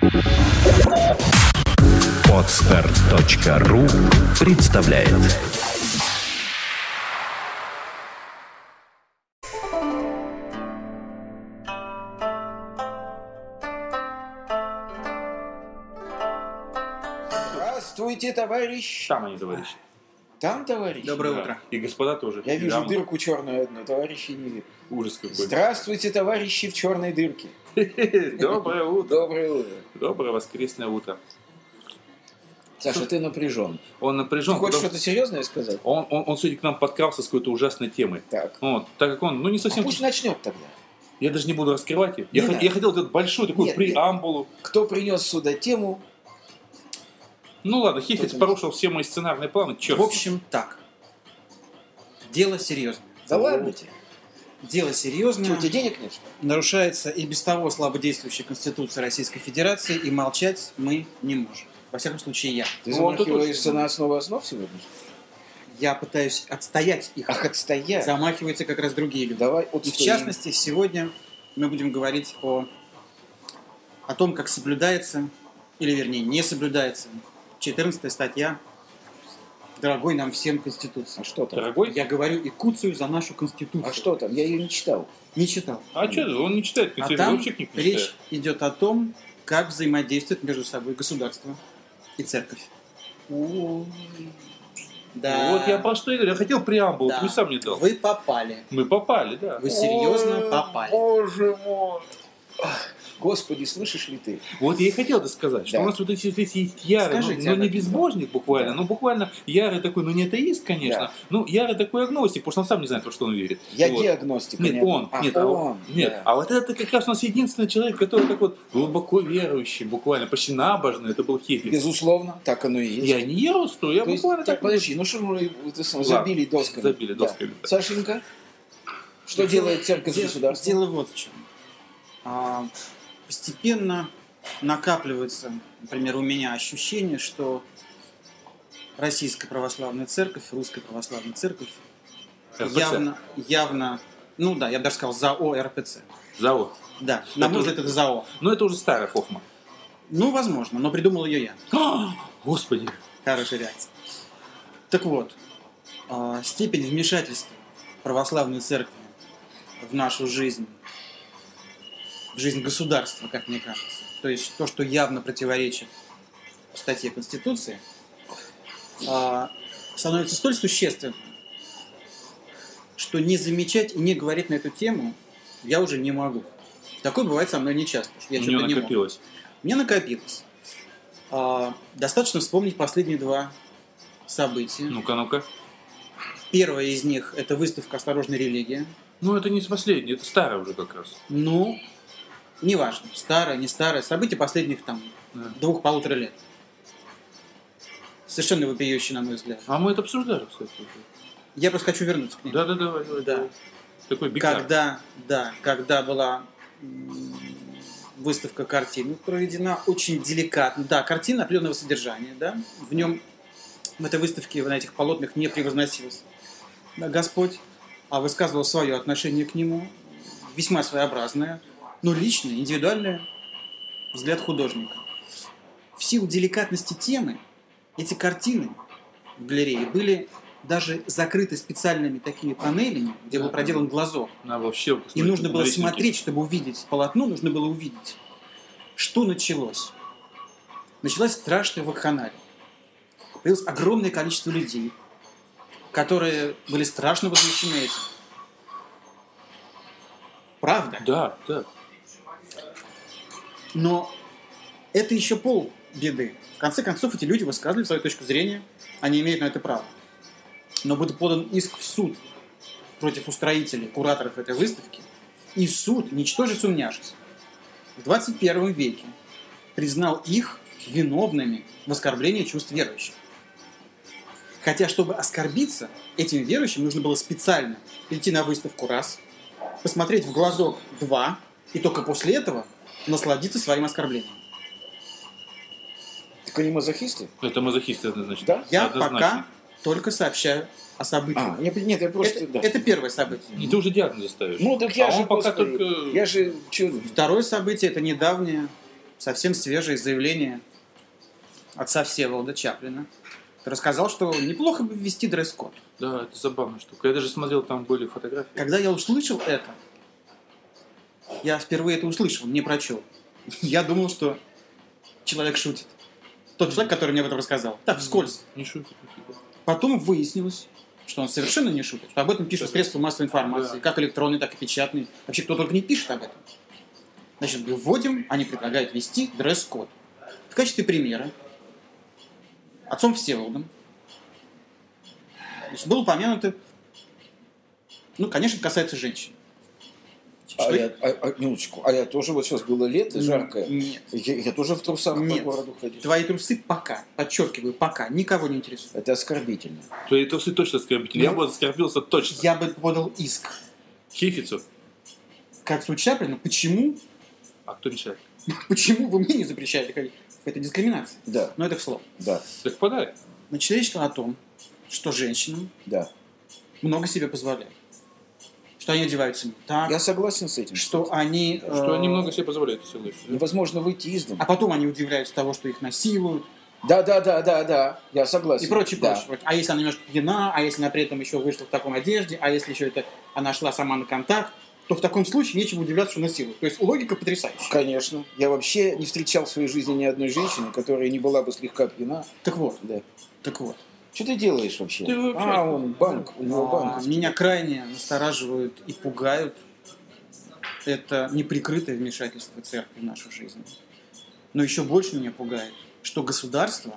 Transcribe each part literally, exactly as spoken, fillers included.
Подстер точка ру представляет. Здравствуйте, товарищ. Там они, товарищи. Там, товарищ? Доброе Да. утро. И господа тоже. Я И вижу дамы. дырку черную одну, товарищи не видят. Ужас какой. Здравствуйте, товарищи в черной дырке. Доброе утро. Доброе утро. Доброе воскресное утро. Саша, ты напряжен. Он Ты напряжен. хочешь потому- что-то серьезное сказать? Он, он, он сегодня к нам подкрался с какой-то ужасной темой. Так. Вот, так как он, ну не А совсем... пусть начнет тогда. Я даже не буду раскрывать ее. Я, Не хот- надо. я хотел этот большой такой Нет, преамбулу. Кто принес сюда тему? Ну ладно, Хефиц Кто-то- порушил все мои сценарные планы. Черт. В общем, так. Дело серьезное. Да ладно тебе. Дело серьезное. Что, у тебя денег нет, что ли? Нарушается и без того слабодействующая Конституция Российской Федерации, и молчать мы не можем. Во всяком случае, я. Ты Вот это замахиваешься точно. на основу основ сегодня? Я пытаюсь отстоять их. Ах, отстоять. Замахиваются как раз другие люди. Давай И в отстоим. частности, сегодня мы будем говорить о, о том, как соблюдается, или вернее, не соблюдается четырнадцатая статья дорогой нам всем Конституции. А что там? Дорогой? Я говорю и куцаю за нашу Конституцию. А что там? Я ее не читал. Не читал. А что, он не читает, А кстати, там вообще книг не речь читает. идет о том, как взаимодействуют между собой государство и церковь. Ой. Да. Вот я про что и говорю. Я хотел преамбулу, Да. ты сам не дал. Вы попали. Мы попали, да. Вы серьезно Ой, попали. Боже мой. Ах, Господи, слышишь ли ты? Вот я и хотел это сказать, что Да. у нас вот эти, вот эти есть ярый, ну, Скажите ну, об не этом. безбожник буквально, Да. но буквально ярый такой, ну не атеист, конечно, Да. ну ярый такой агностик, потому что он сам не знает, во что он верит. Я Вот. диагностик. Нет, понятно. он, А, нет, а он, нет, да. а вот это как раз у нас единственный человек, который так вот глубоко верующий, буквально, почти набожный, это был Хефиц. Безусловно, так оно и есть. Я не еросту, я То есть, буквально так, так... подожди, ну что же мы это самое, Ладно, забили досками? забили Да. досками, да. Сашенька, что делает церковь Дело- государства? Дело вот в чем. А, постепенно накапливается, например, у меня ощущение, что Российская Православная Церковь, Русская Православная Церковь РПЦ. явно, явно, ну да, я бы даже сказал ЗАО РПЦ. ЗАО. Да, на мой Это взгляд, это ЗАО. Но это уже старая хохма. Ну, возможно, но придумал ее я. А, Господи. Хорошая реакция. Так вот, а, степень вмешательства православной церкви в нашу жизнь, в жизнь государства, как мне кажется, то есть то, что явно противоречит статье Конституции, а, становится столь существенным, что не замечать и не говорить на эту тему я уже не могу. Такое бывает со мной нечасто. что Я У что-то нее не могу. накопилось. Мне накопилось. А, достаточно вспомнить последние два события. Ну-ка, ну-ка. Первое из них – это выставка «Осторожная религия». Ну, это не последний, это старое уже как раз. Ну, неважно, старое, не старое. События последних там Да. двух-полутора лет. Совершенно вопиющие, на мой взгляд. А мы это обсуждали, кстати. Я просто хочу вернуться к ним. Да, да, давай, давай. Да. давай. Такой бигар. Когда, да, когда была м, выставка картин ну, проведена очень деликатно. Да, картина определенного содержания, да. В нем, в этой выставке, на этих полотнах не превозносился да, Господь, а высказывал свое отношение к нему, весьма своеобразное, но личное, индивидуальное взгляд художника. В силу деликатности темы эти картины в галерее были даже закрыты специальными такими панелями, где был Да. проделан глазок. Надо вообще И нужно было посмотреть, смотреть, чтобы увидеть полотно, нужно было увидеть, что началось. Началась страшная вакханалия. Появилось огромное количество людей, которые были страшно возмущены этим. Правда? Да, да. Но это еще полбеды. В конце концов, эти люди высказывали свою точку зрения, они имеют на это право. Но будет подан иск в суд против устроителей, кураторов этой выставки, и суд, ничтоже сумняшись, в двадцать первом веке признал их виновными в оскорблении чувств верующих. Хотя, чтобы оскорбиться этим верующим, нужно было специально прийти на выставку раз, посмотреть в глазок два, и только после этого насладиться своим оскорблением. Так они мазохисты? Это мазохисты, значит. Да? Я Однозначно. пока только сообщаю о событии. А, я- нет, я просто... это, да. это первое событие. И ты уже диагноз ставишь. Ну, так я а же он пока господи, только... Я же... чё- Второе событие – это недавнее совсем свежее заявление отца Всеволода Чаплина. Который сказал, что неплохо бы ввести дресс-код. Да, это забавная штука. Я даже смотрел, там были фотографии. Когда я услышал это, я впервые это услышал, не прочел. Я думал, что человек шутит. Тот человек, который мне об этом рассказал. Так, вскользь. Не шутит. Потом выяснилось, что он совершенно не шутит. Что об этом пишут средства массовой информации, Да. как электронные, так и печатные. Вообще, кто только не пишет об этом. Значит, мы вводим, они предлагают ввести дресс-код. В качестве примера отцом Всеволодом значит, было упомянуто, ну, конечно, касается женщин. А Что- я, а, а, минуточку, а я тоже, вот сейчас было лето, жаркое, Нет. я, я тоже в трусах Нет. по городу ходил. Твои трусы пока, подчеркиваю, пока, никого не интересуют. Это оскорбительно. Твои трусы точно оскорбительные. Я Ну, бы оскорбился точно. Я бы подал иск Хифицу. к отцу Чаплину. Почему? А кто мешает? Почему вы мне не запрещаете ходить? Это дискриминация. Да, Но это к слову. да, Так подай. Значит, речь шла о том, что женщинам да. много себе позволяют. Что они одеваются не так, Я согласен с этим. что они... Что э, они много себе позволяют, если слышишь. Невозможно выйти из дома. А потом они удивляются того, что их насилуют Да, да, да, да, да. Я согласен. и прочее, Да. прочее. А если она немножко пьяна, а если она при этом еще вышла в таком одежде, а если еще это она шла сама на контакт, то в таком случае нечего удивляться, что насилуют. То есть логика потрясающая. Конечно. Я вообще не встречал в своей жизни ни одной женщины, которая не была бы слегка пьяна. Так вот, Да. так вот. Что ты делаешь вообще? Ты вообще- А, он банк, у него А, банк. Меня крайне настораживают и пугают это неприкрытое вмешательство церкви в нашу жизнь. Но еще больше меня пугает, что государство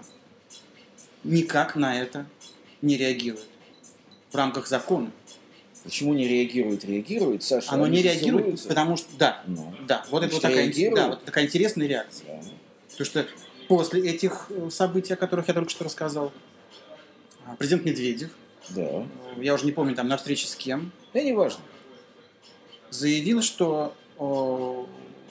никак на это не реагирует в рамках закона. Почему не реагирует? Реагирует, Саша. Оно они не реагирует, целуются. потому что... Да, Ну, да, вот это Значит, вот такая, реагирует. да, вот такая интересная реакция. да. Потому что после этих э, событий, о которых я только что рассказал, а, президент Медведев, Да. э, я уже не помню, там, на встрече с кем, Да, не важно. заявил, что о,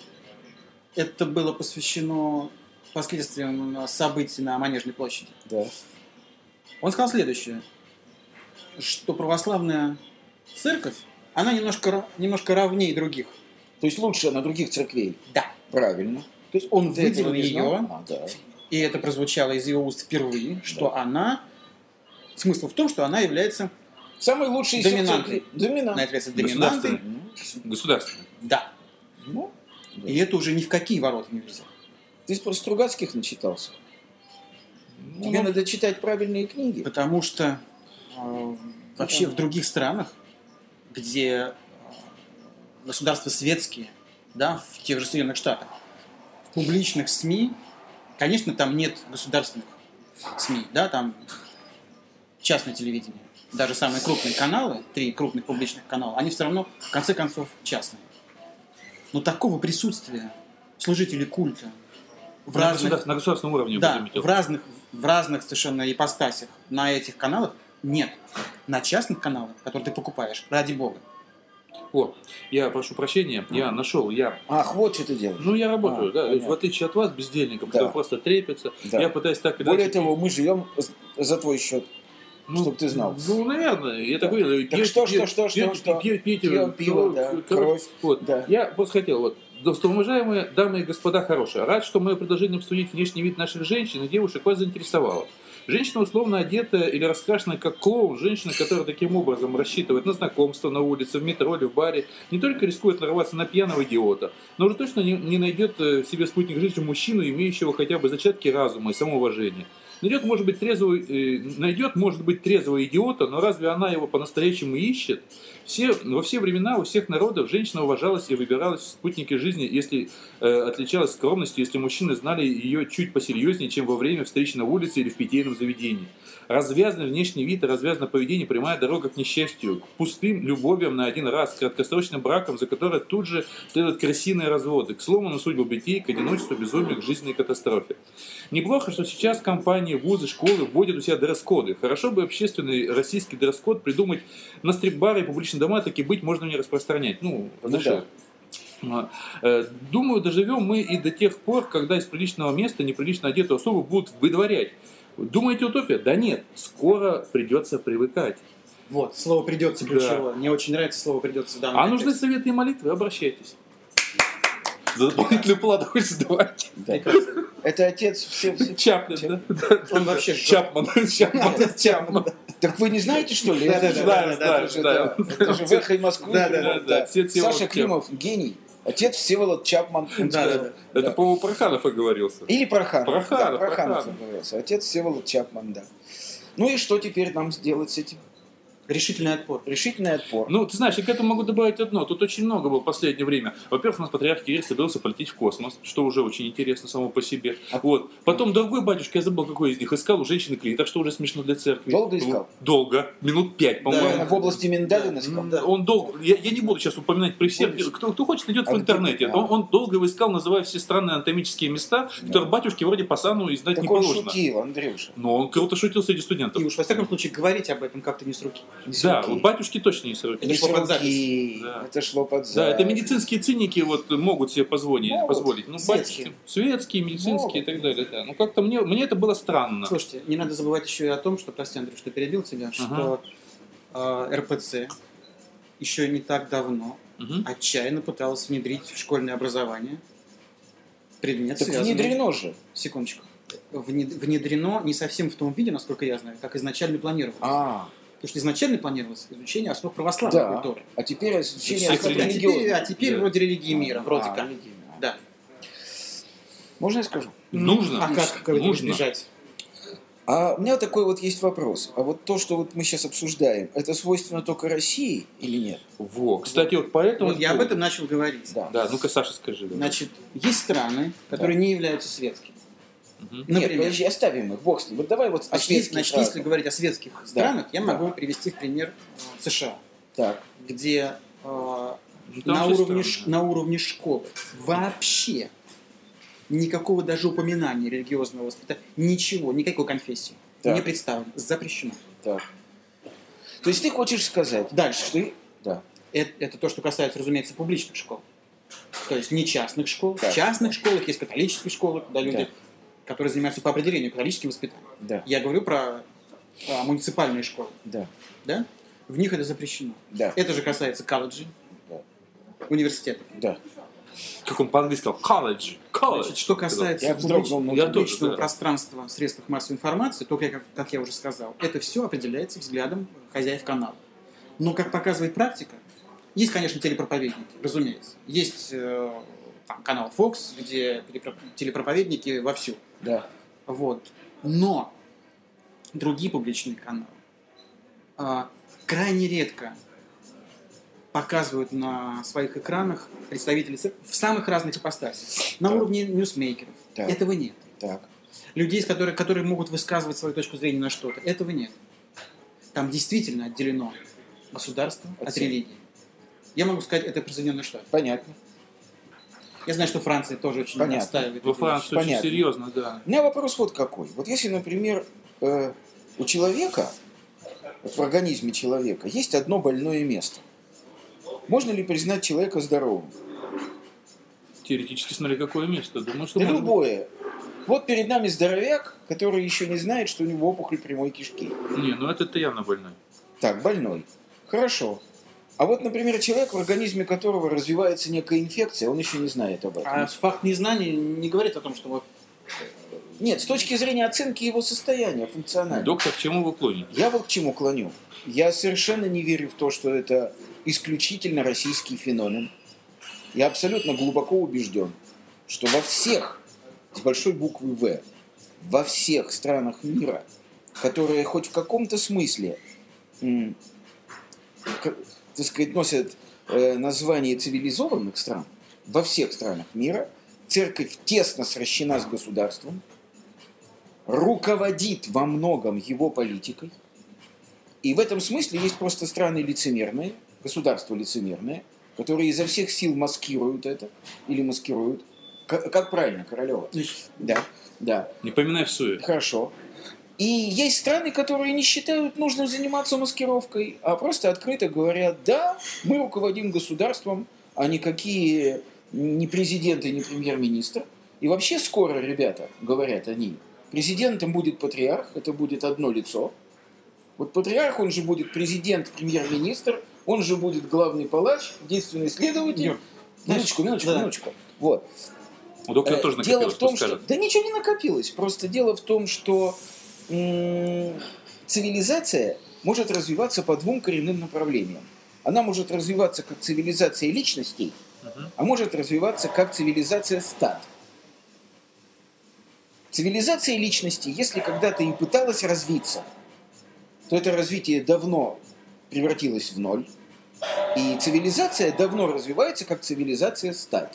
это было посвящено последствиям событий на Манежной площади. Да. Он сказал следующее, что православная церковь, она немножко, ра- немножко равнее других. То есть лучше на других церквей. Да. Правильно. То есть он Ты этого выделил не знал? ее, А, да. и это прозвучало из его уст впервые, что Да. она... Смысл в том, что она является, Самый лучший из всех Доминантой. церквей. Доминант. она является доминантой. Государственный. Государственный. Да. Ну, да. И это уже ни в какие ворота не влезет. Ты про Стругацких начитался. Тебе Ну, надо читать правильные книги. Потому что э, вообще в других странах, где э, государства светские, да, в тех же Соединенных Штатах, в публичных СМИ, конечно, там нет государственных СМИ, да, там частное телевидение. Даже самые крупные каналы, три крупных публичных канала, они все равно, в конце концов, частные. Но такого присутствия служителей культа в на, разных... государ- на государственном уровне, я бы Да, заметил. в разных, в разных совершенно ипостасях на этих каналах нет. На частных каналах, которые ты покупаешь, ради бога. О, я прошу прощения, я нашел, я... Ах, вот что ты делаешь. Ну, я работаю, А, да, понятно. в отличие от вас, бездельников, Да. которые просто трепятся, Да. я пытаюсь так или Более иначе- того, мы живем за твой счет. Ну, чтоб ты знал. Ну, наверное, я так говорю. Так что, что, что, что, что? Пейте, пейте, Пьем пиво, да, кровь, Вот. да. Я просто хотел, вот, уважаемые дамы и господа хорошие, рад, что мое предложение обсудить внешний вид наших женщин и девушек вас заинтересовало. Женщина условно одетая или раскрашенная как клоун, женщина, которая таким образом рассчитывает на знакомство на улице, в метро или в баре, не только рискует нарваться на пьяного идиота, но уже точно не, не найдет в себе спутник жизни мужчину, имеющего хотя бы зачатки разума и самоуважения. Найдет, может быть, трезвого, э, найдет, может быть, трезвого идиота, но разве она его по-настоящему ищет? Все, во все времена у всех народов женщина уважалась и выбиралась в спутники жизни, если э, отличалась скромностью, если мужчины знали ее чуть посерьезнее, чем во время встречи на улице или в питейном заведении. Развязанный внешний вид и развязанное поведение – прямая дорога к несчастью, к пустым любовям на один раз, к краткосрочным бракам, за которые тут же следуют крысиные разводы, к сломанным судьбам детей, к одиночеству, безумию, к жизненной катастрофе. Неплохо, что сейчас компании, вузы, школы вводят у себя дресс-коды. Хорошо бы общественный российский дресс-код придумать на стрип-бары и публичные дома, таки быть можно не распространять. Ну, разрешаю. да. Думаю, доживем мы и до тех пор, когда из приличного места неприлично одетую особу будут выдворять. Думаете, утопия? Да нет, скоро придется привыкать. Вот, слово «придется» ключевое. Мне очень нравится слово «придется» в данном А нужны контексте. советы и молитвы? Обращайтесь. За дополнительную плату хочешь сдавать. Да. Это отец все... все- Чаплин, да? Он вообще... Чапман. Чапман. Чапман. Так вы не знаете, что ли? Да, Это да, же- да, это знаю, же- знаю. да, Это же в «Эхо Москвы». Да, да, да, да. Отец Всеволод Саша Климов, гений. Отец Всеволод Чапман. Да, да, да. Это, по-моему, Проханов оговорился. Или Проханов. Проханов, Да, Проханов Проханов. оговорился. Отец Всеволод Чапман, да. Ну и что теперь нам сделать с этим? Решительный отпор. Решительный отпор. Ну, ты знаешь, я к этому могу добавить одно. Тут очень много было в последнее время. Во-первых, у нас патриарх Кирилл собирался полететь в космос, что уже очень интересно само по себе. А- Вот. Потом другой батюшка, я забыл, какой из них, искал у женщины клиник, что уже смешно для церкви. Долго искал? Долго. Минут пять, по-моему. Наверное, в области Миндалина искал. Да, Он долго, я, я не буду сейчас упоминать при всех, Помнишь? кто, кто хочет, найдет А в где интернете. ты? Он, он долго его искал, называя все странные анатомические места, которые батюшке вроде по сану и знать Так не он положено. шутил, Андрюша. Но он круто шутил среди студентов. И уж во всяком случае говорить об этом как-то не с руки. Не с Да, руки. вот батюшки точно не с руки. Это Не шло с под запись. руки. Да. Это шло под запись. Да, это медицинские циники вот могут себе позволить. Могут. позволить. Ну, Светские. батюшки, светские, медицинские Могут. и так далее. Да. Ну как-то мне, мне это было странно. Слушайте, не надо забывать еще и о том, что, прости, Андрей, что перебил тебя, что э, эр пэ цэ еще не так давно Мгм. отчаянно пыталась внедрить в школьное образование предмет, Так связанный... внедрено же. Секундочку. Внед- Внедрено не совсем в том виде, насколько я знаю, как изначально планировалось. А, Потому что изначально планировалось изучение основ православной да. культуры. А теперь изучение Всех основ А религий. теперь, религиозных. а теперь Да. вроде религии мира, вроде А, как. религии, а. Да. Можно я скажу? Нужно. А как, как этого Нужно. избежать? А у меня такой вот есть вопрос. А вот то, что вот мы сейчас обсуждаем, это свойственно только России или нет? Во. Кстати, вот поэтому... Вот я об этом начал говорить. Да. Да, ну-ка, Саша, скажи. давай. Значит, есть страны, которые не являются светскими. Мгм. Нет, Например, подожди, оставим их, бог с ним. Вот давай вот о значит, светских значит, странах. если говорить о светских странах, я да. могу привести в пример э, США, Так, где э, Ну, там на, все уровне, ш- странно. на уровне школы вообще никакого даже упоминания религиозного воспитания, ничего, никакой конфессии Так. не представлено, запрещено. так. То есть ты хочешь сказать, Дальше. что... и- Да. Это, это то, что касается, разумеется, публичных школ. То есть не частных школ. Так. В частных школах есть католические школы, куда люди, Да. которые занимаются по определению католическим воспитанием. Да, Я говорю про а, муниципальные школы. да, Да? В них это запрещено. да, Это же касается колледжей, Да. университетов. да. Как он по-английски сказал? College. College. Значит, что касается Я вздрогнул, публич- но Я публичного тоже, да. пространства в средствах массовой информации, только, я, как, как я уже сказал, это все определяется взглядом хозяев канала. Но, как показывает практика, есть, конечно, телепроповедники, разумеется. Есть э, там, канал Fox, где телепро- телепроповедники вовсю. Да. Вот. Но другие публичные каналы а, крайне редко показывают на своих экранах представителей церкви в самых разных ипостасях. На Так. уровне ньюсмейкеров. Так. Этого нет. Так. Людей, которые, которые могут высказывать свою точку зрения на что-то. Этого нет. Там действительно отделено государство От от церкви. религии. Я могу сказать, это про Соединенные Штаты. Понятно. Я знаю, что Франция тоже очень Понятно. отстаивает. Во эту Франции Понятно. очень серьезно, да. У меня вопрос вот какой. Вот если, например, э, у человека, вот в организме человека, есть одно больное место, можно ли признать человека здоровым? Теоретически смотри, какое место. Думаю, что Да можно. любое. Вот перед нами здоровяк, который еще не знает, что у него опухоль прямой кишки. Не, ну это ты явно больной. Так, больной. Хорошо. А вот, например, человек, в организме которого развивается ведь инфекция, он еще не знает об этом. А факт незнания не говорит о том, что вот Нет, с точки зрения оценки его состояния функционального. Доктор, к чему вы клоните? Я вот к чему клоню. Я совершенно не верю в то, что это исключительно российский феномен. Я абсолютно глубоко убежден, что во всех, с большой буквы «В», во всех странах мира, которые хоть в каком-то смысле, м, к- так сказать, носят э, название цивилизованных стран, во всех странах мира церковь тесно сращена с государством, руководит во многом его политикой. И в этом смысле есть просто страны лицемерные, государства лицемерные, которые изо всех сил маскируют это или маскируют. К- как правильно, Королева? Да, да, Не поминай в суе. хорошо. И есть страны, которые не считают нужным заниматься маскировкой, а просто открыто говорят: да, мы руководим государством, а никакие не президенты, не премьер-министр. И вообще скоро, ребята, говорят они, президентом будет патриарх, это будет одно лицо. Вот патриарх, он же будет президент, премьер-министр, он же будет главный палач, действенный следователь. Юр, Минуточку, минуточку, да. минуточку. Вот. У доктора Э, тоже дело накопилось, в том, что что... скажет. Да ничего не накопилось. Просто дело в том, что м- цивилизация может развиваться по двум коренным направлениям. Она может развиваться как цивилизация личностей, Мгм. а может развиваться как цивилизация стад. Цивилизация личности, если когда-то и пыталась развиться, то это развитие давно превратилось в ноль. И цивилизация давно развивается как цивилизация стад.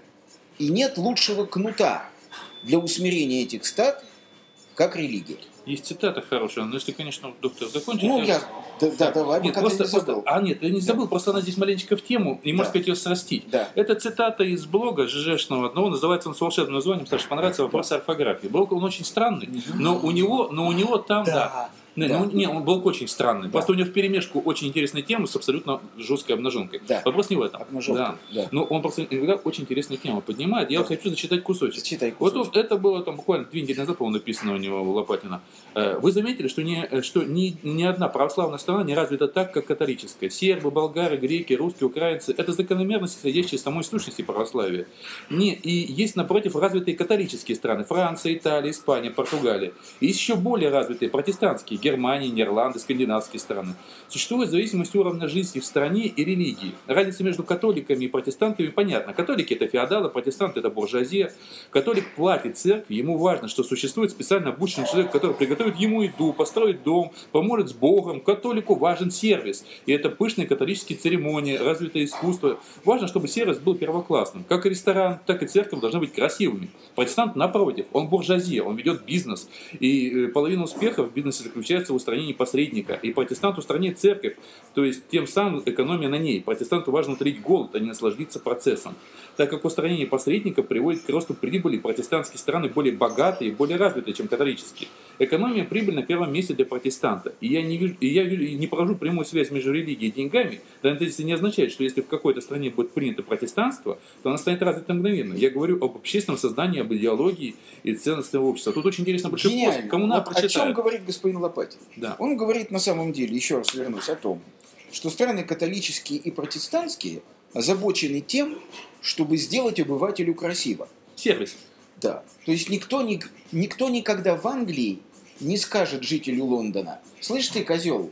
И нет лучшего кнута для усмирения этих стад, как религия. Есть цитата хорошая, но если, конечно, доктор закончит... Ну, я... Да, да, давай, Нет, пока просто, ты не забыл. просто- А, нет, я не забыл, Да. просто она здесь маленечко в тему, и, можно Да. сказать, ее срастить. Да. Это цитата из блога ЖЖшного одного, называется он с волшебным названием, Саша, понравится, «Вопросы орфографии». Блог, он очень странный, но у него, но у него там, да, Не, Да. ну, не, он блог очень странный. Да. Просто у него вперемешку очень интересные темы с абсолютно жесткой обнаженкой. Да. Вопрос не в этом. Обнаженка, да. Но он просто иногда очень интересные темы поднимает. Я Да. вот хочу зачитать кусочек. Зачитай Вот кусочек. он- это было там буквально две недели назад, по-моему, написано у него, у Лопатина. Э, Вы заметили, что, не, что ни, ни одна православная страна не развита так, как католическая. Сербы, болгары, греки, русские, украинцы – это закономерности, исходящие из самой сущности православия. Не, и есть, напротив, развитые католические страны – Франция, Италия, Испания, Португалия. И есть еще более развитые протестантские – Германия, Нидерланды, скандинавские страны. Существует зависимость уровня жизни в стране и религии. Разница между католиками и протестантами понятна. Католики – это феодалы, протестанты – это буржуазия. Католик платит церкви, ему важно, что существует специально обученный человек, который приготовит ему еду, построит дом, поможет с Богом. Католику важен сервис. И это пышные католические церемонии, развитое искусство. Важно, чтобы сервис был первоклассным. Как и ресторан, так и церковь должны быть красивыми. Протестант, напротив, он буржуазия, он ведет бизнес. И половина успеха в бизнесе заключается в устранении посредника. И протестант устраняет церковь, то есть тем самым экономия на ней. Протестанту важно утолить голод, а не насладиться процессом. Так как устранение посредника приводит к росту прибыли, протестантские страны более богатые и более развитые, чем католические. Экономия прибыль на первом месте для протестанта. И я не, вижу, и я вижу, и не провожу прямую связь между религией и деньгами. Да, это не означает, что если в какой-то стране будет принято протестанство, то она станет развитой мгновенно. Я говорю об общественном создании, об идеологии и ценностного общества. Тут очень интересно большой пост. Гениально. Кому надо, Вот о чем прочитает. говорит господин Лопатин? Да. Он говорит на самом деле, еще раз вернусь, о том, что страны католические и протестантские озабочены тем, чтобы сделать обывателю красиво. Сервис. Да. То есть никто, ни- никто никогда в Англии не скажет жителю Лондона: слышь ты, козел,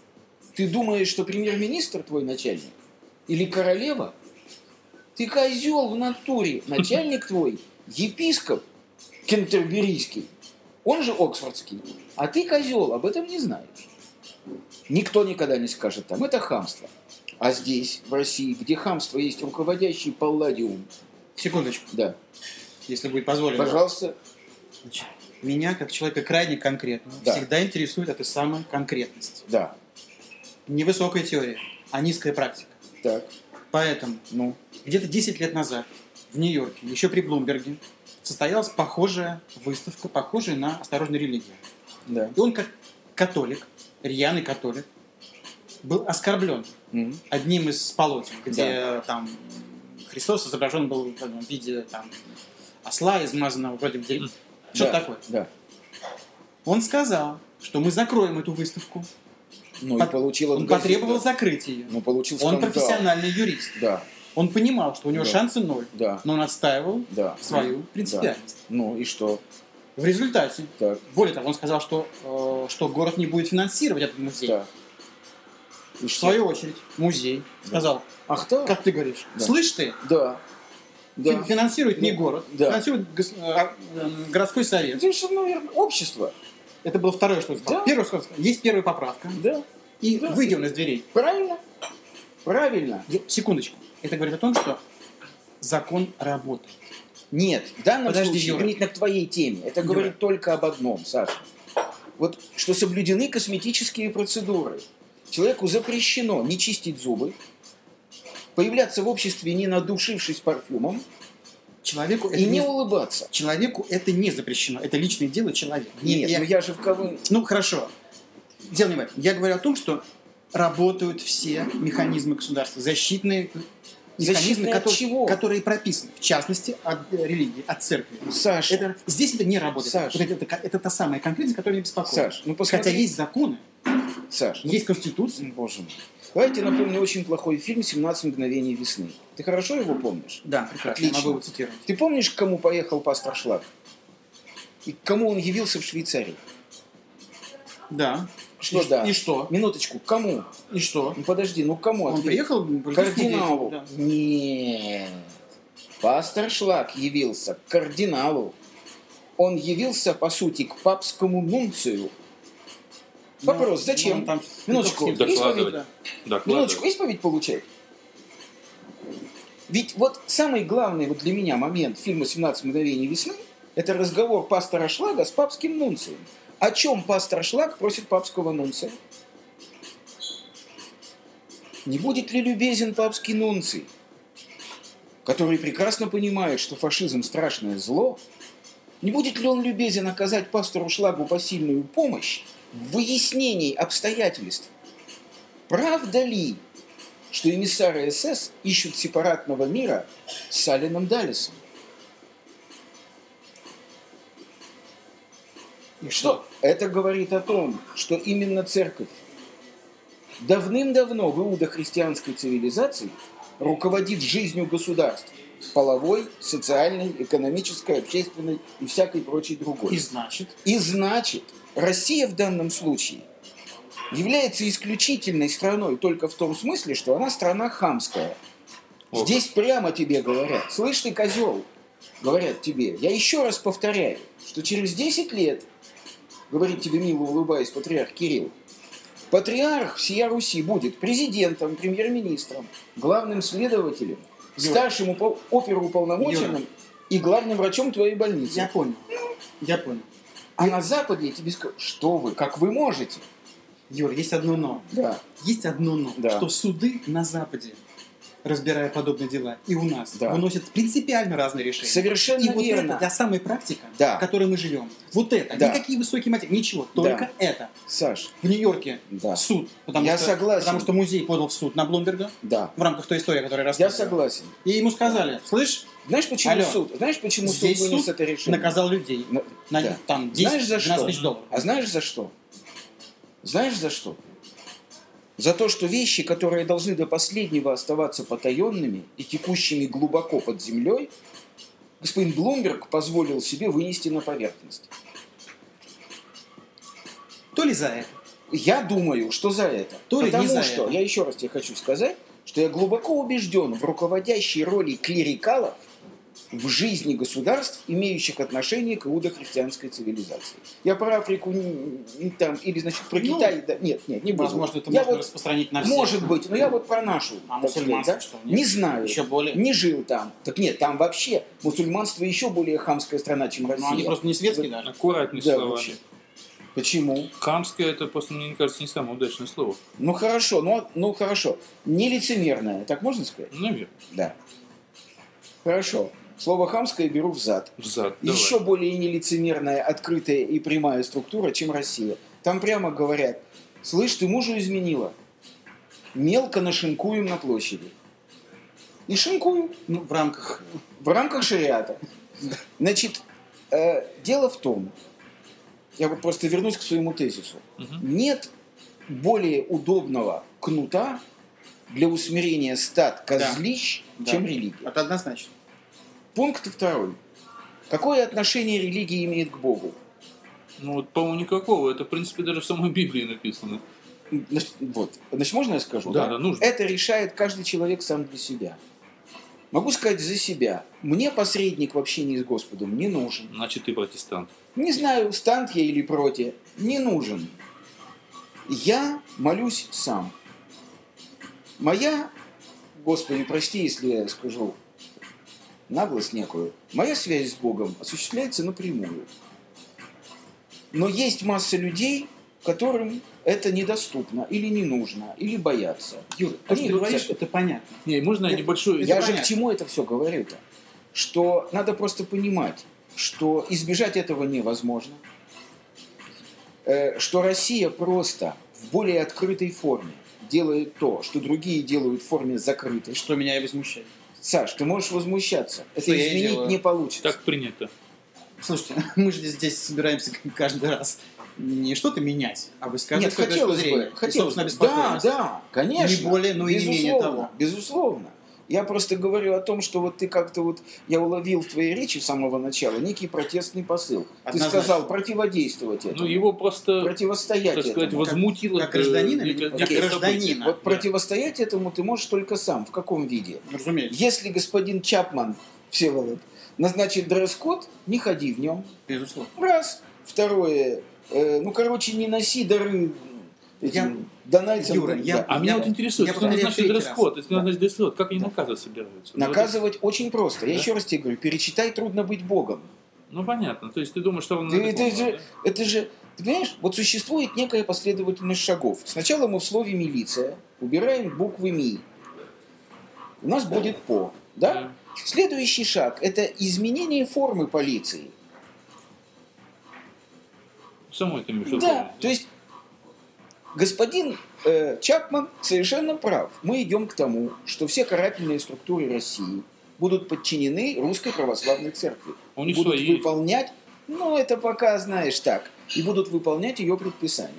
ты думаешь, что премьер-министр твой начальник? Или королева? Ты козел в натуре. Начальник твой епископ кентерберийский, он же оксфордский. А ты, козел, об этом не знаешь. Никто никогда не скажет там. Это хамство. А здесь, в России, где хамство есть руководящий палладиум. Секундочку, Да. если будет позволено. Пожалуйста. Значит, меня, как человека крайне конкретного, Да. всегда интересует эта самая конкретность. Да. Не высокая теория, а низкая практика. Так. Поэтому Ну. где-то десять лет назад в Нью-Йорке, еще при Блумберге, состоялась похожая выставка, похожая на «Осторожная религия». Да. И он, как католик, рьяный католик, был оскорблен М. одним из полотен, где там Христос изображен был в виде там, осла, измазанного вроде бы деревьев. Что-то Да. такое. Да. Он сказал, что мы закроем эту выставку. Ну Под- и получил Он от газеты. потребовал закрыть ее. Ну, получил Он скандал. профессиональный юрист. Да. Он понимал, что у него Да. шансы ноль, Да. но он отстаивал Да. свою принципиальность. Ну и что? В результате, Так. более того, он сказал, что, э, что город не будет финансировать этот музей. Так. И В что? свою очередь, музей сказал, Ах так? как ты говоришь, Да. слышь ты, Да. Да. фин- финансирует не Ну, город, да. финансирует гос- э, э, городской совет. Это же, наверное, общество. Это было второе, что он сказал. Да. Первое, что он сказал, есть первая поправка, Да. и Да. выйди он из дверей. Правильно? Правильно. Я- Секундочку. Это говорит о том, что закон работает. Нет, в данном Подожди, случае, Юра. применительно к твоей теме, это Юра. говорит только об одном, Саша. Вот, что соблюдены косметические процедуры. Человеку запрещено не чистить зубы, появляться в обществе, не надушившись парфюмом, Человеку это, и не не... улыбаться. Человеку это не запрещено. Это личное дело человека. Нет, Я- ну я же в кого... Ну, хорошо. Дело не в этом. Я говорю о том, что работают все механизмы государства. Защитные механизмы, Защитные от которые, чего? которые прописаны. В частности, от э, религии, от церкви. Саша, Это, здесь это не работает. Саш. Вот это, это, это та самая конкретность, которая меня беспокоит. Саш, ну посмотри. Хотя есть законы, Саш, Есть Конституция. боже мой. Давайте напомню очень плохой фильм «семнадцать мгновений весны». Ты хорошо его помнишь? Да, прекрасно. Отлично. Могу его цитировать. Ты помнишь, к кому поехал пастор Шлак? И к кому он явился в Швейцарии? Да. Что и, да? И что? Минуточку, к кому? И что? Ну подожди, ну к кому? Он ответь? приехал К кардиналу. Да. Нет. Пастор Шлак явился к кардиналу. Он явился, по сути, к папскому нунцию. Вопрос, Ну, зачем? он там Минуточку, не только с ним, Докладывать. да. Докладывать. Минуточку, исповедь получать? Ведь вот самый главный вот для меня момент фильма «семнадцать мгновений весны» — это разговор пастора Шлага с папским нунцием. О чем пастор Шлаг просит папского нунция? Не будет ли любезен папский нунций, который прекрасно понимает, что фашизм — страшное зло? Не будет ли он любезен оказать пастору Шлагу посильную помощь в выяснении обстоятельств? Правда ли, что эмиссары СС ищут сепаратного мира с Саленом Даллесом? И Что? Это говорит о том, что именно церковь давным-давно в иудохристианской цивилизации руководит жизнью государств. Половой, социальной, экономической, общественной и всякой прочей другой. И значит, И значит, Россия в данном случае является исключительной страной только в том смысле, что она страна хамская. Вот. Здесь прямо тебе говорят: слышь ты, козел, говорят тебе, я еще раз повторяю, что через десять лет, говорит тебе мило улыбаясь патриарх Кирилл, патриарх всея Руси будет президентом, премьер-министром, главным следователем, Юра. старшим упол- оперуполномоченным Юра. и главным врачом твоей больницы. я понял. Я понял. А на Западе тебе скажут: что вы, как вы можете? Юр, есть одно но. Да. Есть одно но. Да. Что суды на Западе, разбирая подобные дела, и у нас Да. выносят принципиально разные решения. Совершенно И вот верно. это та самая практика, Да. в которой мы живем. Вот это. Да. Никакие высокие мотивы. Ничего. Только это. Саш, В Нью-Йорке да. суд. Потому Я что, согласен. Потому что музей подал в суд на Блумберга Да. в рамках той истории, которую я Я рассказывал. согласен. И ему сказали: слышь, Знаешь, почему Алло. суд? Знаешь, почему суд здесь вынес суд это решение? наказал людей. На- На, да. там Знаешь, за десять-двенадцать что? тысяч долларов. А знаешь за что? Знаешь за что? За то, что вещи, которые должны до последнего оставаться потаенными и текущими глубоко под землей, господин Блумберг позволил себе вынести на поверхность. То ли за это. Я думаю, что за это. То ли не Потому за что, это. я еще раз тебе хочу сказать, что я глубоко убежден в руководящей роли клерикалов в жизни государств, имеющих отношение к иудохристианской цивилизации. Я про Африку не- не там, или, значит, про Ну, Китай. Да, нет, нет, не буду. Возможно, это Я можно вот, распространить на всех. может быть, но я вот про нашу. А так сказать, мусульманство да? что, нет? Не знаю. Еще более. Не жил там. Так нет, там вообще мусульманство еще более хамская страна, чем Россия. Ну, они просто не светские даже. Аккуратнее Да, словами. вообще. Почему? Хамское — это, просто, мне кажется, не самое удачное слово. Ну хорошо, ну, ну хорошо. Не лицемерное, так можно сказать? Наверное. Да. Хорошо. Слово хамское беру взад. Взад. Давай. Еще более нелицемерная, открытая и прямая структура, чем Россия. Там прямо говорят: слышь, ты мужу изменила. Мелко нашинкуем на площади. И шинкуем Ну, в рамках... в рамках шариата. Значит, э, дело в том, я вот просто вернусь к своему тезису. Мгм. Нет более удобного кнута для усмирения стад козлищ, Да. чем религия. Это однозначно. Пункт второй. Какое отношение религия имеет к Богу? Ну, вот, по-моему, никакого. Это, в принципе, даже в самой Библии написано. Значит, вот. Значит, можно я скажу? Да, да, нужно. Это решает каждый человек сам для себя. Могу сказать за себя. Мне посредник в общении с Господом не нужен. Значит, ты протестант. Не знаю, стант я или против. Не нужен. Я молюсь сам. Моя, Господи, прости, если я скажу наглость некую, моя связь с Богом осуществляется напрямую. Но есть масса людей, которым это недоступно, или не нужно, или боятся. Юр, то, что Они ты идут говоришь, в церковь. это понятно. Не, можно я Это- небольшой... Я Это же понятно. к чему это все говорю-то? Что надо просто понимать, что избежать этого невозможно, э, что Россия просто в более открытой форме делает то, что другие делают в форме закрытой. Что меня и возмущает. Саш, ты можешь возмущаться. Это Что я и изменить делаю. не получится. Так принято. Слушайте, мы же здесь собираемся каждый раз. не что-то менять, а высказывать Нет, свою точку хотелось зрения. бы. И, Хотелось собственно, бы. Да, беспокойность. да, конечно. Не более, но и не менее Безусловно, того. Безусловно. Я просто говорю о том, что вот ты как-то вот, я уловил в твоей речи с самого начала некий протестный посыл. Однозначно. Ты сказал противодействовать этому, Ну, его просто, противостоять так сказать, этому. возмутило. как гражданина или некое- как некое гражданина? событие. Вот Да. противостоять этому ты можешь только сам. В каком виде? Разумеется. Если господин Чапман, Всеволод, назначит дресс-код, не ходи в нем. Безусловно. Раз. Второе. э, ну, короче, не носи дары этим Я- донайцам. Юра, Да. я- А меня вот интересует, я если повторяю назначить третий дресс-код, если Да. назначить дресс-код, как они наказывать собираются? Ну, Наказывать очень просто. Я Да? еще раз тебе говорю, перечитай «Трудно быть Богом». Ну, понятно. То есть ты думаешь, что он... Ты- на это, таком, же, да? это же, ты понимаешь, вот существует некая последовательность шагов. Сначала мы в слове «милиция» убираем буквы «ми». У нас будет «по». Да? Да. Следующий шаг – это изменение формы полиции. Самой ты имеешь в виду? Да, то есть господин э, Чапман совершенно прав. Мы идем к тому, что все карательные структуры России будут подчинены Русской Православной Церкви. У них будут свои- выполнять, ну это пока знаешь так, и будут выполнять ее предписания.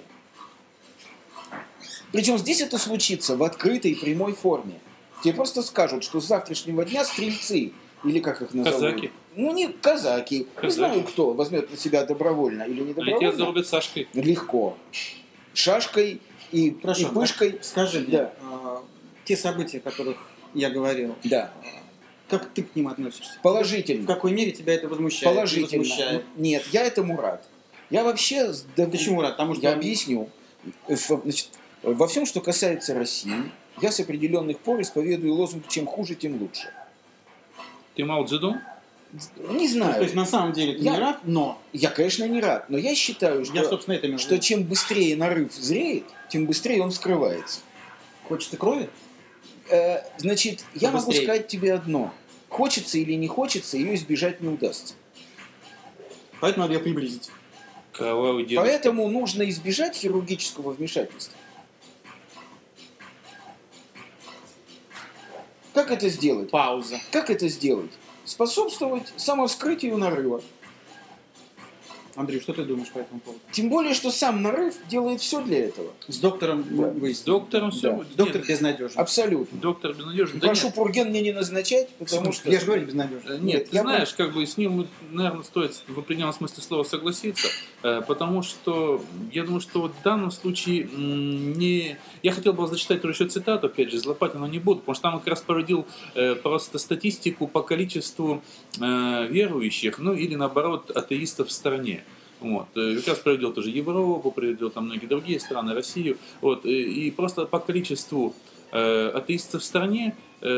Причем здесь это случится в открытой прямой форме. Тебе просто скажут, что с завтрашнего дня стрельцы, или как их назовут? Казаки. Ну не казаки, не Казаки. знаю кто, возьмет на себя добровольно или не Они тебя добровольно. зарубят Сашкой. Легко. Шашкой и, и Хорошо. пышкой. Скажи мне, Да. а, те события, о которых я говорил, Да. как ты к ним относишься? В Положительно. какой мере тебя это возмущает? Положительно. Не возмущает? Нет, я этому рад. Я вообще... с- да, Почему рад? Потому что Я объясню. Э, Значит, во всем, что касается России, я с определенных пор исповедую лозунг «чем хуже, тем лучше». Ты Мао Цзэдун? Не знаю. То есть на самом деле ты Я- не рад, но Я, конечно, не рад, но я считаю, что, я, собственно, это имею в что виду. чем быстрее нарыв зреет, тем быстрее он вскрывается. Хочется крови? Э, Значит, я могу Побыстрее. сказать тебе одно. Хочется или не хочется, ее избежать не удастся. Поэтому надо ее приблизить. Кровавый дедушка. Поэтому нужно избежать хирургического вмешательства. Как это сделать? Пауза. Как это сделать? Способствовать самовскрытию нарыва. Андрей, что ты думаешь по этому поводу? Тем более, что сам нарыв делает все для этого. С доктором Да. вы С доктором все Да. будет. Доктор Нет, безнадежен. Абсолютно. доктор безнадежный. Да Прошу нет. Пурген мне не назначать, потому что... Я же говорю, безнадежен. Э, Нет, Нет, ты я знаешь, как бы с ним, наверное, стоит в определенном смысле слова согласиться, э, потому что я думаю, что вот в данном случае м, не... Я хотел бы зачитать тоже еще цитату, опять же, из Лопатина не буду, потому что там как раз проводил э, просто статистику по количеству э, верующих, ну или наоборот атеистов в стране. Вот. э, Как раз проводил тоже Европу, проводил там многие другие страны, Россию. Вот. э, И просто по количеству э, атеистов в стране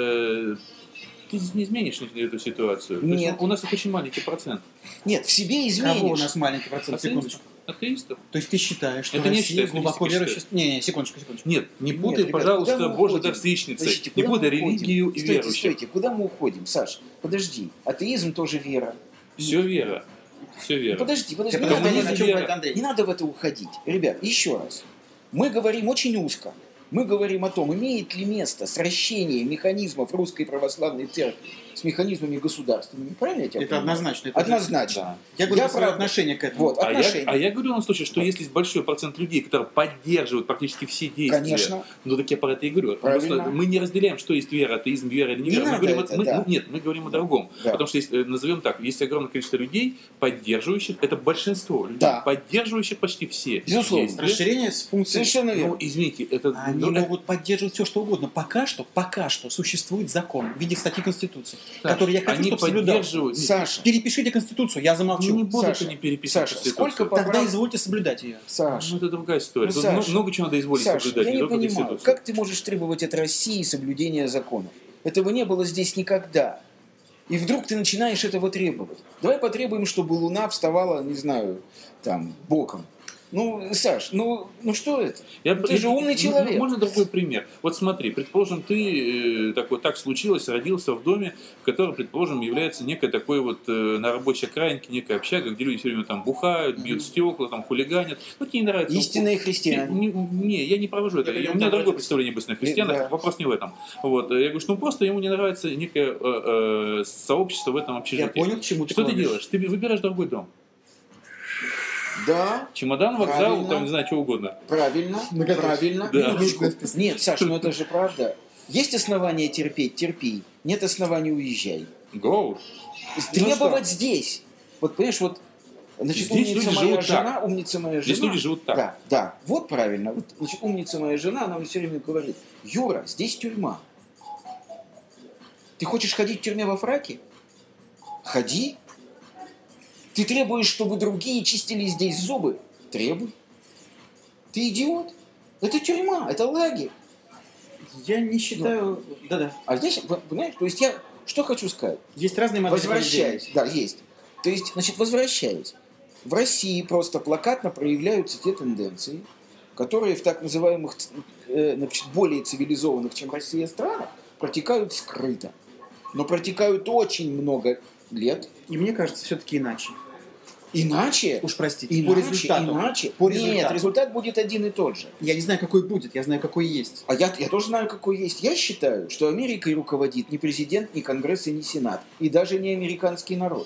э, ты не изменишь эту ситуацию. То есть Нет. у нас их очень маленький процент. Нет, в себе Кого у изменишь. нас маленький процент? Секундочку. Атеистов. То есть ты считаешь, что Это не Россия считаю, глубоко статистика верующая... Не, не, секундочку, секундочку. Нет, не Нет, путай, ребят, пожалуйста, куда мы Божий уходим? дар с яичницей. Подождите, Не куда мы путай уходим? религию и Стойте, верующих. стойте, куда мы уходим, Саш? Подожди, атеизм тоже вера. Все вера. Все вера. Подожди, подожди, Я не просто надо, не в знаю, о это- чем вера. говорит Андрей. не надо в это уходить. Ребят, еще раз. Мы говорим очень узко. Мы говорим о том, имеет ли место сращение механизмов Русской Православной Церкви с механизмами государственными. Правильно я тебя Это понимаю? однозначно. Это Однозначно. Да. Я говорю Я про свое прав. отношение к этому. Вот, А я, отношения. а я говорю на случай, что если есть большой процент людей, которые поддерживают практически все действия, Конечно. ну так я про это и говорю. Правильно. Просто мы не разделяем, что есть вера, атеизм, вера или не, Не вера. Мы надо говорим, это, о- мы- да. ну, нет, мы говорим о другом. Да. Потому что есть, э, назовем так, есть огромное количество людей, поддерживающих, это большинство людей, Да. поддерживающих почти все Безусловно. действия. Расширение с функцией... Совершенно верно. Ну, извините, это... Они ну, это- могут поддерживать все, что угодно. Пока что, пока что существует закон в виде статьи Конституции, так, который я хочу, они чтобы соблюдался. поддерживают... Саша, Перепишите Конституцию, я замолчу. Ну, не будут Саша, они переписывать Саша, Конституцию. сколько Тогда поправ- извольте соблюдать ее. Саша, Ну, это другая история. Ну, Тут Саша, много, много чего надо изволить Саша, соблюдать, я не не только понимаю, Конституцию. как ты можешь требовать от России соблюдения законов? Этого не было здесь никогда. И вдруг ты начинаешь этого требовать. Давай потребуем, чтобы Луна вставала, не знаю, там, боком. Ну, Саш, ну, ну что это? Я, Ты же умный ну, человек. Можно другой пример? Вот смотри, предположим, ты э, так вот так случилось, родился в доме, который, предположим, является некой такой вот э, на рабочей окраинке, некая общага, где люди все время там бухают, бьют стекла, там хулиганят. Ну, тебе не нравится. Истинные Ты- христиане. Не, не, я не провожу это. Я Я- у понимаю, меня да, другое да. представление об истинных христианах. Да. Вопрос не в этом. Вот. Я говорю, что ну, просто ему не нравится некое э, э, сообщество в этом общежитии. Я понял, к чему ты Что ты клонишь. делаешь? Ты выбираешь другой дом. Да, Чемодан, вокзал, Правильно. там, не знаю, что угодно. правильно, Многоточие. правильно. Да. Минуточку. Нет, Саш, ну это же правда. Есть основания терпеть, терпи. Нет оснований, уезжай. Go. Требовать здесь. Вот понимаешь, вот значит, Здесь умница люди моя живут жена, так. умница моя жена. Здесь люди живут так. Да, да, вот правильно. Вот, значит, умница моя жена, она мне все время говорит: Юра, здесь тюрьма. Ты хочешь ходить в тюрьме во фраке? Ходи. Ты требуешь, чтобы другие чистили здесь зубы? Требуй. Ты идиот. Это тюрьма, это лагерь. Я не считаю... Да-да. А здесь, вы понимаете, то есть я что хочу сказать? Есть разные модели Возвращаясь, да, есть. То есть, значит, возвращаясь, в России просто плакатно проявляются те тенденции, которые в так называемых, э, значит, более цивилизованных, чем Россия, странах протекают скрыто. Но протекают очень много лет. И мне кажется, все-таки иначе. Иначе, Уж простите, иначе, по результату. иначе. По Нет, результату. результат будет один и тот же. Я не знаю, какой будет, я знаю, какой есть. А я, я тоже знаю, какой есть. Я считаю, что Америкой руководит не президент, не Конгресс и не Сенат. И даже не американский народ.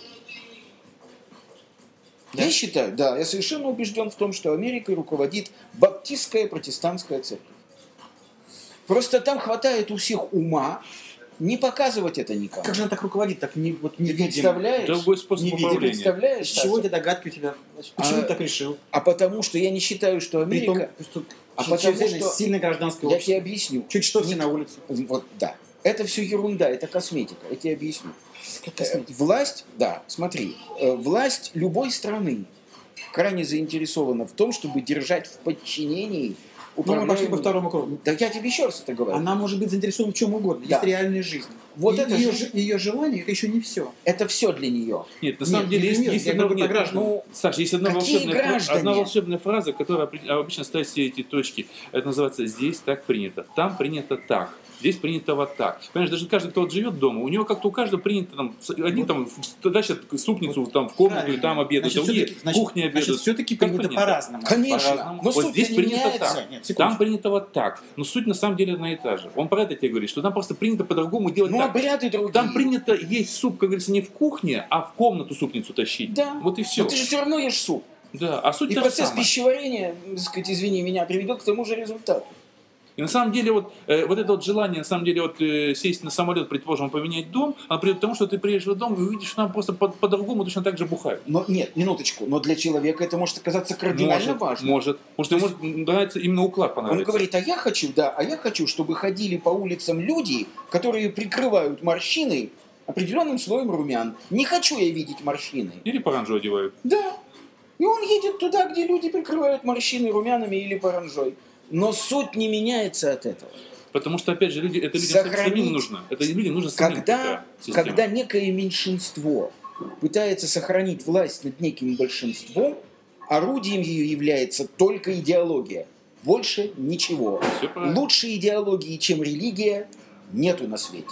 Да? Я считаю, да, я совершенно убежден в том, что Америкой руководит баптистская протестантская церковь. Просто там хватает у всех ума не показывать это никому. Как же она так руководит, так не, вот не Ты видимо? представляешь? Другой способ Не видно, Ты управления. представляешь, С чего Саша? эти догадки у тебя? Почему А- ты так решил? А потому что я не считаю, что При том, Америка... что А через потому это что- сильное гражданское Я общество. тебе объясню. Чуть что все Ник- на улицу. Вот, да. Это все ерунда, это косметика. Я тебе объясню. Как Э, косметика. Власть, да, смотри, э, власть любой страны крайне заинтересована в том, чтобы держать в подчинении Ну, мы пошли по управляемый- второму кругу. Да я тебе еще раз это говорю. Она может быть заинтересована в чем угодно. Да. Есть реальная жизнь. Вот И это ее, же- же- ее желание это еще не все. Это все для нее. Нет, на Нет, самом деле не есть, для есть меня, я одна, говорю про нет, граждан. Ну, Саш, есть одна какие волшебная, фра- граждане? одна волшебная фраза, которая опре- обычно ставит все эти точки. Это называется «здесь так принято», «там принято так». Здесь принято вот так. Понимаешь, даже каждый, кто вот живет дома, у него как-то у каждого принято там, с- одни Вот. там в- тащат супницу там в комнату и там обедают, Значит, другие все-таки, в значит, кухне значит, обедают. все-таки Как принято принято? по-разному. Конечно. По-разному. Но Вот суть здесь не принято меняется. так. Нет, Там секундочку. принято вот так. Но суть на самом деле одна и та же. Он про это тебе говорит, что там просто принято по-другому делать Ну, так. обряды другие. Там принято есть суп, как говорится, не в кухне, а в комнату супницу тащить. Да. Вот и все. Но ты же все равно ешь суп. Да. А суть И та же процесс самая. пищеварения, так сказать, извини меня, приведет к тому же результату. И на самом деле вот, э, вот это вот желание, на самом деле, вот э, сесть на самолет, предположим, поменять дом, оно приведет к тому, что ты приедешь в дом и увидишь, что там просто по- по-другому точно так же бухают. Но нет, минуточку, но для человека это может оказаться кардинально может, важно. Может. Потому что ему может нравится именно уклад Он понравится. говорит, а я хочу, да, а я хочу, чтобы ходили по улицам люди, которые прикрывают морщины определенным слоем румян. Не хочу я видеть морщины. Или паранжу одевают. Да. И он едет туда, где люди прикрывают морщины румянами или паранжой. Но суть не меняется от этого. Потому что, опять же, люди, это людям Сохранить. самим нужно. Это людям нужно самим Когда, такая система. когда некое меньшинство пытается сохранить власть над неким большинством, орудием ее является только идеология. Больше ничего. Всё правильно. Лучше идеологии, чем религия, нету на свете.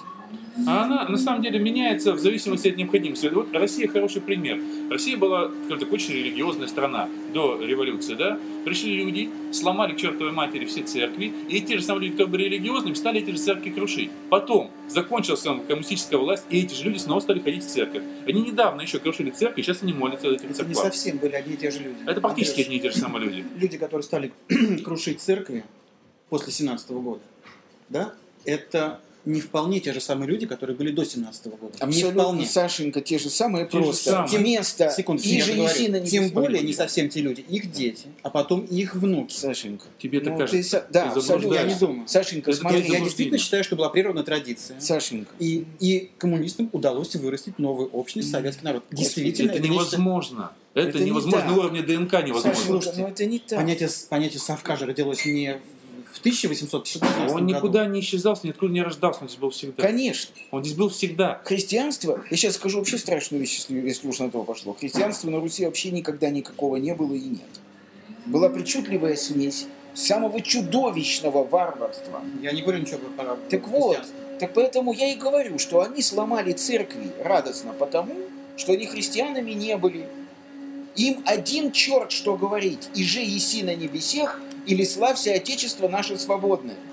А она на самом деле меняется в зависимости от необходимости. Вот Россия хороший пример. Россия была, скажем так, очень религиозная страна до революции, да? Пришли люди, сломали к чертовой матери все церкви, и те же самые люди, кто были религиозными, стали эти же церкви крушить. Потом закончилась коммунистическая власть, и эти же люди снова стали ходить в церковь. Они недавно еще крушили церкви, сейчас они молятся в этих Это не церквах. совсем были одни и те же люди. Это практически Андрюш, одни и те же самые люди. люди, которые стали крушить церкви после семнадцатого года, да, это не вполне те же самые люди, которые были до семнадцатого года. Не Абсолютно, вполне. Сашенька, те же самые, Те же просто. самые. Место Секундочку, и я же договорю. Есина не Тем без более Марии. не совсем те люди, их дети, а потом их внуки. Сашенька. Тебе это ну, кажется. ты са- да, Ты абсолютно. заблуждаешься. Я не думаю. Сашенька, Это смотри, твои Я заблуждения. действительно считаю, что была природная традиция. Сашенька. И, и коммунистам удалось вырастить новую общность, советский народ. Действительно, Это это нечто- невозможно. Это, Это не невозможно. так. На уровне ДНК невозможно. Сашенька, Слушайте, ну это не так. Понятие, понятие совка же родилось не в тысяча восемьсот шестнадцатом Он году. никуда не исчезался, никуда не рождался, он здесь был всегда. Конечно. Он здесь был всегда. Христианство, я сейчас скажу вообще страшную вещь, если, если уж на то пошло. Христианства на Руси вообще никогда никакого не было и нет. Была причудливая смесь самого чудовищного варварства. Я не говорю ничего про Так вот, христианство. так поэтому я и говорю, что они сломали церкви радостно потому, что они христианами не были. Им один черт что говорить, и же еси на небесех, или славься Отечество наше свободное.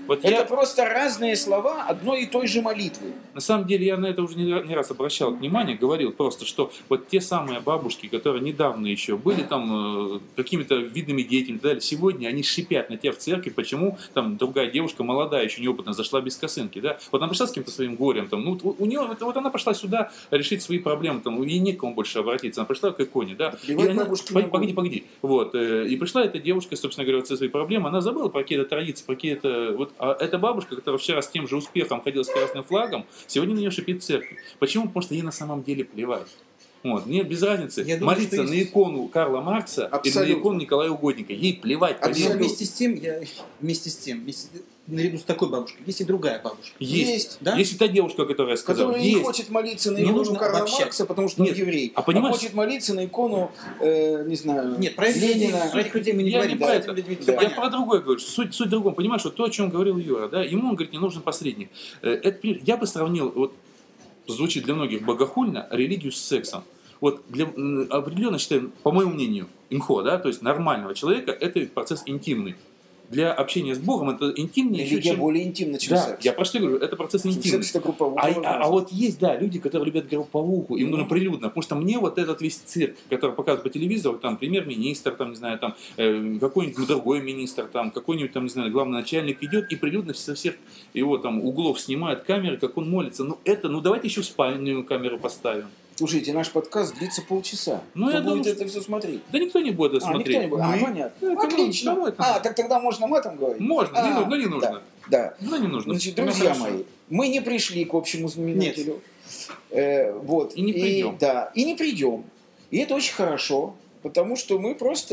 Вот это я, просто разные слова одной и той же молитвы. на самом деле я на это уже не, не раз обращал внимание, говорил просто, что вот те самые бабушки, которые недавно еще были там э, какими-то видными деятелями и так далее, сегодня они шипят на тебя в церкви, почему там другая девушка, молодая, еще неопытная, зашла без косынки, да? Вот она пришла с каким-то своим горем, там, ну, у нее, вот, вот она пошла сюда решить свои проблемы, там, ей некому больше обратиться, она пришла к иконе, да? Да, И она, погоди, погоди, погоди, вот, э, и пришла эта девушка, собственно говоря, вот со своей проблемой, она забыла про какие-то традиции, про какие-то, вот, а эта бабушка, которая вчера с тем же успехом ходила с красным флагом, сегодня на нее шипит церковь. Почему? Потому что ей на самом деле плевать. Вот. Мне без разницы Я думаю, молиться что на есть- икону Карла Маркса Абсолютно. или на икону Николая Угодника. Ей плевать. Но Абсолютно. поверь. вместе с тем, я, вместе с тем, вместе- наряду с такой бабушкой, есть и другая бабушка. Есть. Есть, да? Есть и та девушка, которая сказала. Который Есть. не хочет молиться на Не икону нужно Карла обобщать. Маркса, потому что он Нет. еврей. А понимаешь- хочет молиться на икону, э, не знаю, Нет, про этих, людей, Ленина. про этих людей мы не Я говорим, не про с это. этими людьми Да. всё Я понятно. про другое говорю. что Суть, суть в другом. Понимаешь, вот то, о чем говорил Юра, да, ему, он говорит, не нужен посредник. Э, Это, я бы сравнил, вот звучит для многих богохульно, религию с сексом. Вот для м, определенно считаю, по моему мнению, имхо, да, то есть нормального человека, это процесс интимный. Для общения с Богом это интимнее еще, Религия чем... более интимна, чем Да, секс. я про что говорю, это процесс интимный. Секс это групповой. А, а- а вот есть, да, люди, которые любят групповуху, им нужно прилюдно, потому что мне вот этот весь цирк, который показывают по телевизору, там, премьер-министр, там, не знаю, там, э, какой-нибудь другой министр, там, какой-нибудь, там, не знаю, главный начальник идет и прилюдно со всех его там углов снимают камеры, как он молится. Ну, это, ну, давайте еще в спальную камеру поставим. Слушайте, наш подкаст длится полчаса. Ну, Кто я будет думаю, это все смотреть? Да никто не будет это А, смотреть. никто не будет. А, Мы- понятно. Это Отлично. ну, это- А, так тогда можно матом говорить? Можно, А, не, ну- ну, не нужно. Да, да. Ну, не нужно. Значит, Ну, друзья хорошо. мои, мы не пришли к общему знаменателю. Э, вот. И не придем. Да, и не придем. И это очень хорошо, потому что мы просто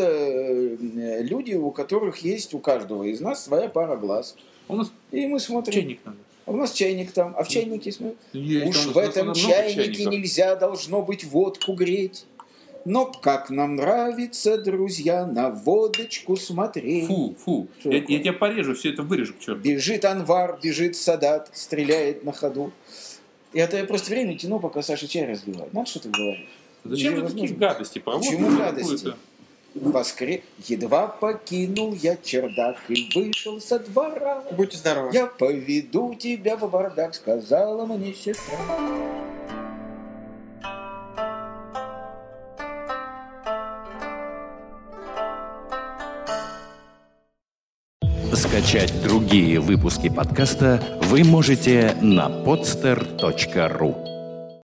э, люди, у которых есть, у каждого из нас своя пара глаз. У нас И мы смотрим. чайник надо. А у нас чайник там, а в чайнике смотрим. Есть, Уж там у в нас этом много чайнике чайников. нельзя, должно быть, водку греть. Но как нам нравится, друзья, на водочку смотреть. Фу, фу. Что Я, такое? я тебя порежу, все это вырежу к черту. Бежит Анвар, бежит Садат, стреляет на ходу. И это я просто время тяну, пока Саша чай разливает. Надо что-то говорить. Зачем вы такие гадости проводите? Почему гадости? Воскре... Едва покинул я чердак и вышел со двора. Будьте здоровы. Я поведу тебя в бардак, сказала мне сестра. Скачать другие выпуски подкаста вы можете на podster точка ру.